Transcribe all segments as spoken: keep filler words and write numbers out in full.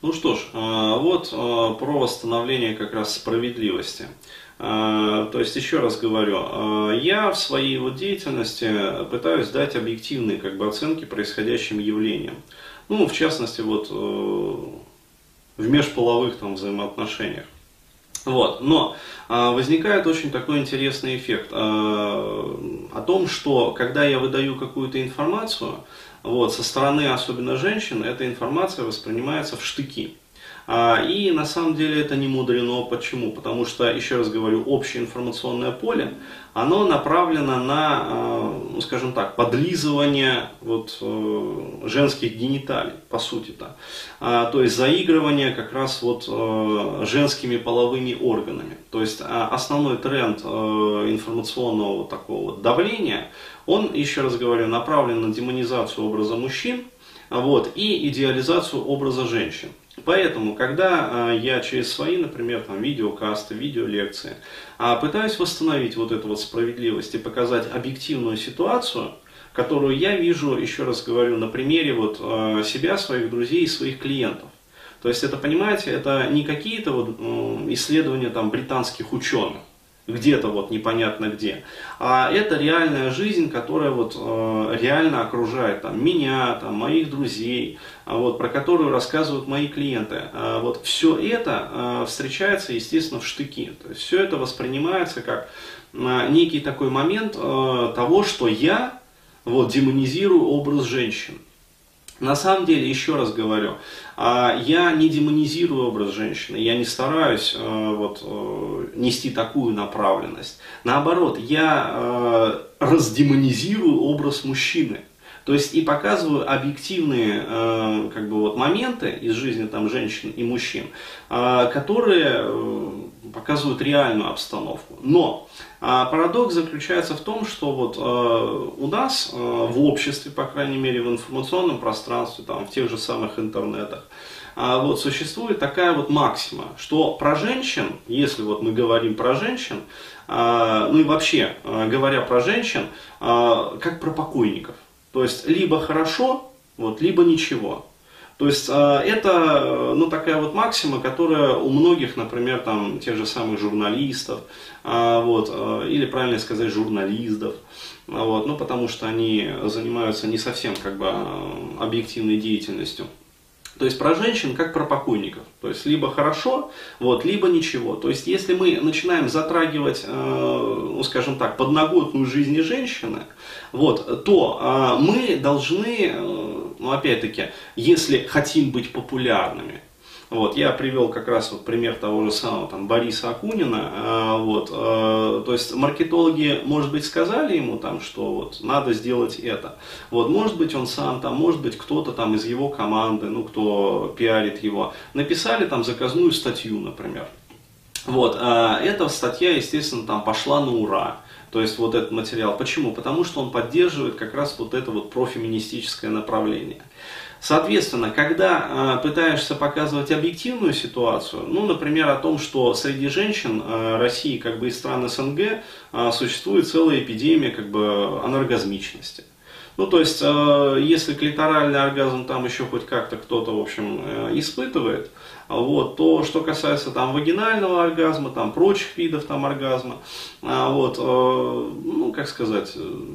Ну что ж, э, вот э, про восстановление как раз справедливости. Э, То есть, еще раз говорю, э, я в своей вот деятельности пытаюсь дать объективные как бы оценки происходящим явлениям. Ну, в частности, вот э, в межполовых там взаимоотношениях. Вот. Но а, возникает очень такой интересный эффект а, о том, что когда я выдаю какую-то информацию, вот, со стороны особенно женщин, эта информация воспринимается в штыки. А, и на самом деле это не мудрено. Почему? Потому что, еще раз говорю, общее информационное поле, оно направлено на, а, ну, скажем так, подлизывание вот, женских гениталий, по сути-то. А, то есть заигрывание как раз вот женскими половыми органами. То есть основной тренд информационного вот такого вот давления, он, еще раз говорю, направлен на демонизацию образа мужчин, вот, и идеализацию образа женщин. Поэтому, когда э, я через свои, например, там, видеокасты, видеолекции э, пытаюсь восстановить вот эту вот справедливость и показать объективную ситуацию, которую я вижу, еще раз говорю, на примере вот, э, себя, своих друзей и своих клиентов. То есть это, понимаете, это не какие-то вот, э, исследования там, британских ученых, где-то вот непонятно где. А это реальная жизнь, которая вот э, реально окружает там, меня, там, моих друзей, а вот, про которую рассказывают мои клиенты. А вот все это э, встречается, естественно, в штыки. То есть все это воспринимается как э, некий такой момент э, того, что я вот, демонизирую образ женщины. На самом деле, еще раз говорю, я не демонизирую образ женщины, я не стараюсь вот, нести такую направленность. Наоборот, я раздемонизирую образ мужчины. То есть и показываю объективные как бы, вот, моменты из жизни там, женщин и мужчин, которые показывают реальную обстановку. Но а парадокс заключается в том, что вот, э, у нас э, в обществе, по крайней мере в информационном пространстве, там, в тех же самых интернетах, э, вот, существует такая вот максима, что про женщин, если вот мы говорим про женщин, э, ну и вообще э, говоря про женщин, э, как про покойников. То есть либо хорошо, вот, либо ничего. То есть это ну, такая вот максима, которая у многих, например, там, тех же самых журналистов, вот, или правильно сказать, журналистов, вот, ну, потому что они занимаются не совсем как бы, объективной деятельностью. То есть про женщин как про покойников. То есть либо хорошо, вот, либо ничего. То есть если мы начинаем затрагивать, э, ну, скажем так, подноготную жизни женщины, вот, то э, мы должны, э, ну, опять-таки, если хотим быть популярными, вот, я привел как раз вот пример того же самого там, Бориса Акунина. Э, вот, э, то есть маркетологи, может быть, сказали ему, там, что вот, надо сделать это. Вот, может быть, он сам, там, может быть, кто-то там, из его команды, ну, кто пиарит его, написали там, заказную статью, например. Вот, э, эта статья, естественно, там, пошла на ура. То есть вот этот материал. Почему? Потому что он поддерживает как раз вот это вот профеминистическое направление. Соответственно, когда э, пытаешься показывать объективную ситуацию, ну, например, о том, что среди женщин э, России, как бы и стран СНГ, э, существует целая эпидемия как бы аноргазмичности. Ну, то есть, э, если клиторальный оргазм там еще хоть как-то кто-то, в общем, э, испытывает, вот, то, что касается там вагинального оргазма, там прочих видов там оргазма, э, вот, э, ну, как сказать...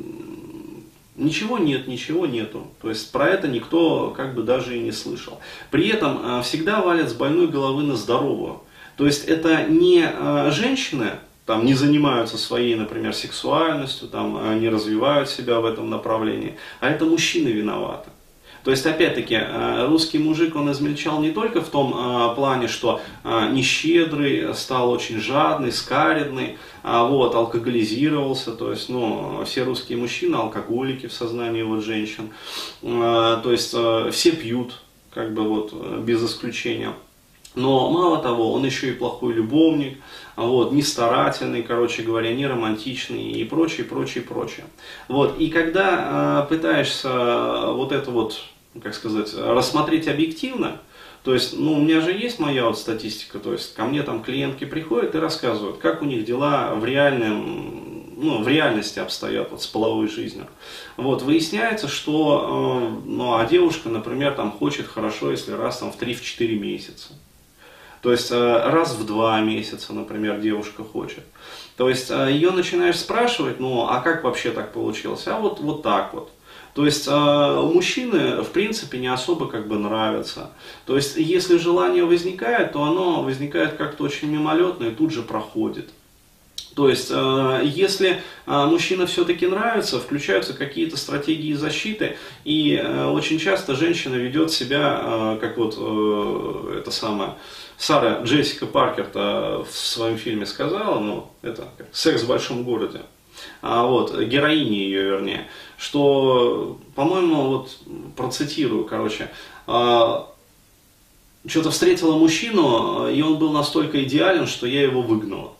Ничего нет, ничего нету. То есть про это никто как бы даже и не слышал. При этом э, всегда валят с больной головы на здоровую. То есть это не э, женщины там, не занимаются своей, например, сексуальностью, там, э, не развивают себя в этом направлении, а это мужчины виноваты. То есть, опять-таки, русский мужик, он измельчал не только в том э, плане, что э, нещедрый, стал очень жадный, скаредный, э, вот, алкоголизировался, то есть, ну, все русские мужчины алкоголики в сознании вот, женщин, э, то есть, э, все пьют, как бы вот, без исключения. Но мало того, он еще и плохой любовник, вот, не старательный, короче говоря, не романтичный и прочее, прочее, прочее. Вот, и когда э, пытаешься вот это вот, как сказать, рассмотреть объективно, то есть, ну, у меня же есть моя вот статистика, то есть, ко мне там клиентки приходят и рассказывают, как у них дела в реальном, ну, в реальности обстоят вот, с половой жизнью. Вот, выясняется, что э, ну, а девушка, например, там, хочет хорошо, если раз там, в три-четыре месяца. То есть э, раз в два месяца, например, девушка хочет. То есть э, ее начинаешь спрашивать, ну а как вообще так получилось? А вот, вот так вот. То есть э, мужчины, в принципе, не особо как бы нравятся. То есть если желание возникает, то оно возникает как-то очень мимолетно и тут же проходит. То есть, э, если э, мужчина все-таки нравится, включаются какие-то стратегии защиты, и э, очень часто женщина ведет себя, э, как вот э, это самое, Сара Джессика Паркер-то в своем фильме сказала, ну, это «Секс в большом городе», а вот, героиня ее, вернее, что, по-моему, вот, процитирую, короче, э, что-то встретила мужчину, и он был настолько идеален, что я его выгнала.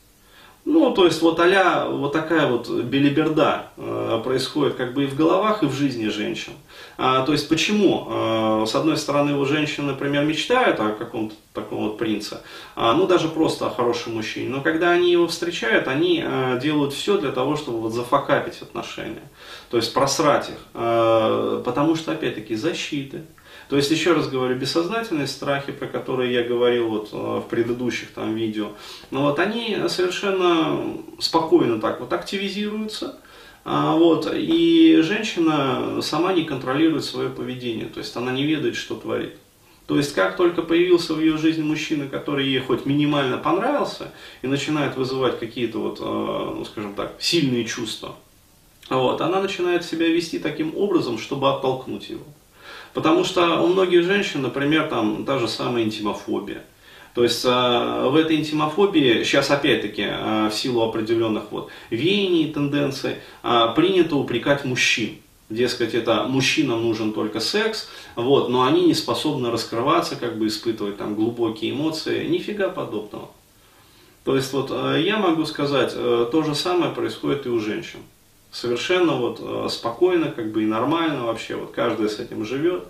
Ну, то есть, вот а-ля, вот такая вот белиберда э, происходит как бы и в головах, и в жизни женщин. А, то есть, почему? А, с одной стороны, его женщины, например, мечтают о каком-то таком вот принце, а, ну, даже просто о хорошем мужчине, но когда они его встречают, они а, делают все для того, чтобы вот зафакапить отношения, то есть, просрать их, а, потому что, опять-таки, защиты. То есть, еще раз говорю, бессознательные страхи, про которые я говорил вот в предыдущих там видео, но вот они совершенно спокойно так вот активизируются, вот, и женщина сама не контролирует свое поведение, то есть она не ведает, что творит. То есть, как только появился в ее жизни мужчина, который ей хоть минимально понравился, и начинает вызывать какие-то вот, ну, скажем так, сильные чувства, вот, она начинает себя вести таким образом, чтобы оттолкнуть его. Потому что у многих женщин, например, там та же самая интимофобия. То есть э, в этой интимофобии, сейчас опять-таки э, в силу определенных вот веяний, тенденций, э, принято упрекать мужчин. Дескать, это мужчинам нужен только секс, вот, но они не способны раскрываться, как бы испытывать там глубокие эмоции. Нифига подобного. То есть вот э, я могу сказать, э, то же самое происходит и у женщин. Совершенно вот э, спокойно, как бы и нормально вообще, вот каждый с этим живет.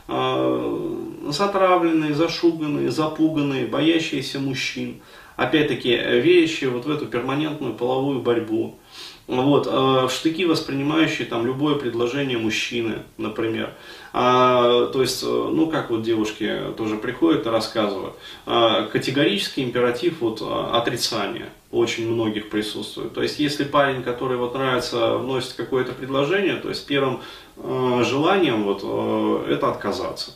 Э, затравленные, зашуганные, запуганные, боящиеся мужчин. Опять-таки, верящие вот в эту перманентную половую борьбу. Вот, э, в штыки воспринимающие там любое предложение мужчины, например. А, то есть, ну как вот девушки тоже приходят и рассказывают, а, категорический императив вот отрицания очень многих присутствует. То есть, если парень, который вот нравится, вносит какое-то предложение, то есть первым э, желанием вот э, это отказаться.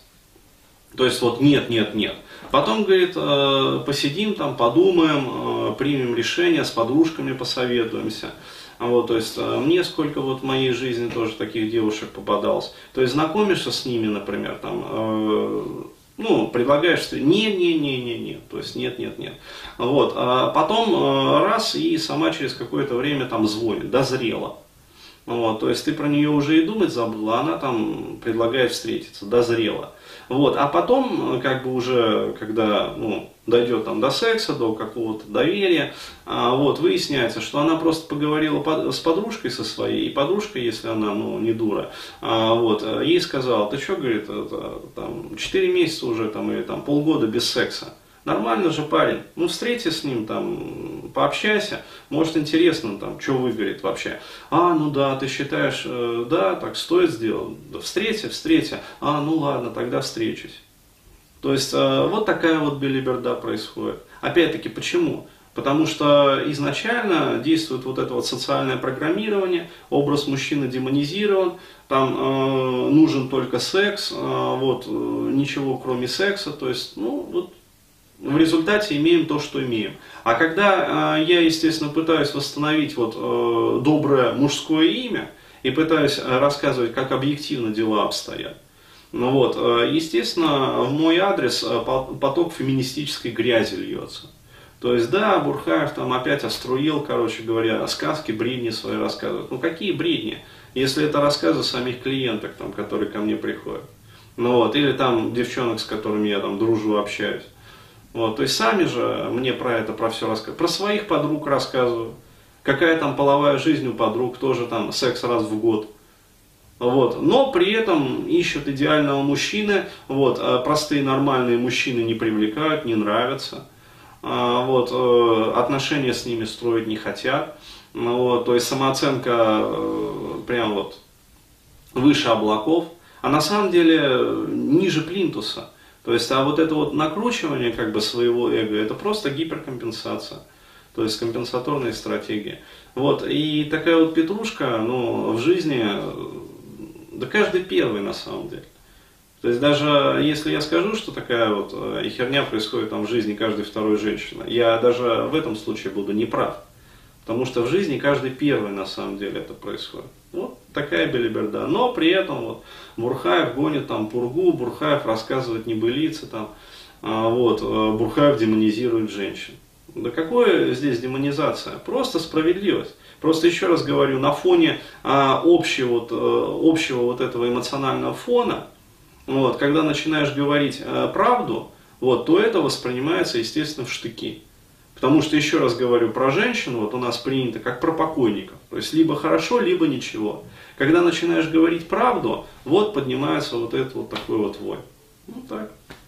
То есть вот нет, нет, нет. Потом, говорит, э, посидим там, подумаем, э, примем решение, с подружками посоветуемся. Вот, то есть мне сколько вот в моей жизни тоже таких девушек попадалось. То есть знакомишься с ними, например, там, э, ну, предлагаешь, что не-не-не-не-не, то есть нет-нет-нет. Вот, а потом э, раз и сама через какое-то время там звонит, дозрела. Вот, то есть ты про нее уже и думать забыла, а она там предлагает встретиться, дозрела. Вот, а потом, как бы уже, когда ну, дойдет там до секса, до какого-то доверия, а, вот, выясняется, что она просто поговорила под, с подружкой со своей, и подружка, если она ну, не дура, а, вот, ей сказала, ты что, говорит, это, там, четыре месяца уже там, или там, полгода без секса. Нормально же парень, ну встреться с ним, там, пообщайся, может интересно, там, что выгорит вообще. А, ну да, ты считаешь, э, да, так стоит сделать, да, встреться, встреться, а, ну ладно, тогда встречусь. То есть, э, вот такая вот белиберда происходит. Опять-таки, почему? Потому что изначально действует вот это вот социальное программирование, образ мужчины демонизирован, там э, нужен только секс, э, вот, э, ничего кроме секса, то есть, ну, вот, в результате имеем то, что имеем. А когда э, я, естественно, пытаюсь восстановить вот, э, доброе мужское имя и пытаюсь рассказывать, как объективно дела обстоят, ну, вот, э, естественно, в мой адрес э, поток феминистической грязи льется. То есть, да, Бурхаев там опять оструил, короче говоря, сказки, бредни свои рассказывает. Ну, какие бредни, если это рассказы самих клиенток, там, которые ко мне приходят. Ну, вот, или там девчонок, с которыми я там дружу, общаюсь. Вот, то есть сами же мне про это, про все рассказывают. Про своих подруг рассказываю. Какая там половая жизнь у подруг, тоже там секс раз в год. Вот. Но при этом ищут идеального мужчины. Вот, а простые нормальные мужчины не привлекают, не нравятся. А, вот, отношения с ними строить не хотят. Ну, вот, то есть самооценка э, прям вот выше облаков, а на самом деле ниже плинтуса. То есть, а вот это вот накручивание как бы своего эго, это просто гиперкомпенсация. То есть компенсаторные стратегии. Вот, и такая вот петрушка, ну, в жизни, да каждый первый на самом деле. То есть даже если я скажу, что такая вот херня происходит там в жизни каждой второй женщины, я даже в этом случае буду неправ. Потому что в жизни каждый первый на самом деле это происходит. Вот такая белиберда. Но при этом вот Бурхаев гонит там пургу, Бурхаев рассказывает небылицы, там, а, вот, Бурхаев демонизирует женщин. Да какая здесь демонизация? Просто справедливость. Просто еще раз говорю, на фоне а, общего, вот, общего вот этого эмоционального фона, вот, когда начинаешь говорить а, правду, вот, то это воспринимается, естественно, в штыки. Потому что, еще раз говорю, про женщин вот у нас принято как про покойников. То есть, либо хорошо, либо ничего. Когда начинаешь говорить правду, вот поднимается вот этот вот такой вот вой. Ну так.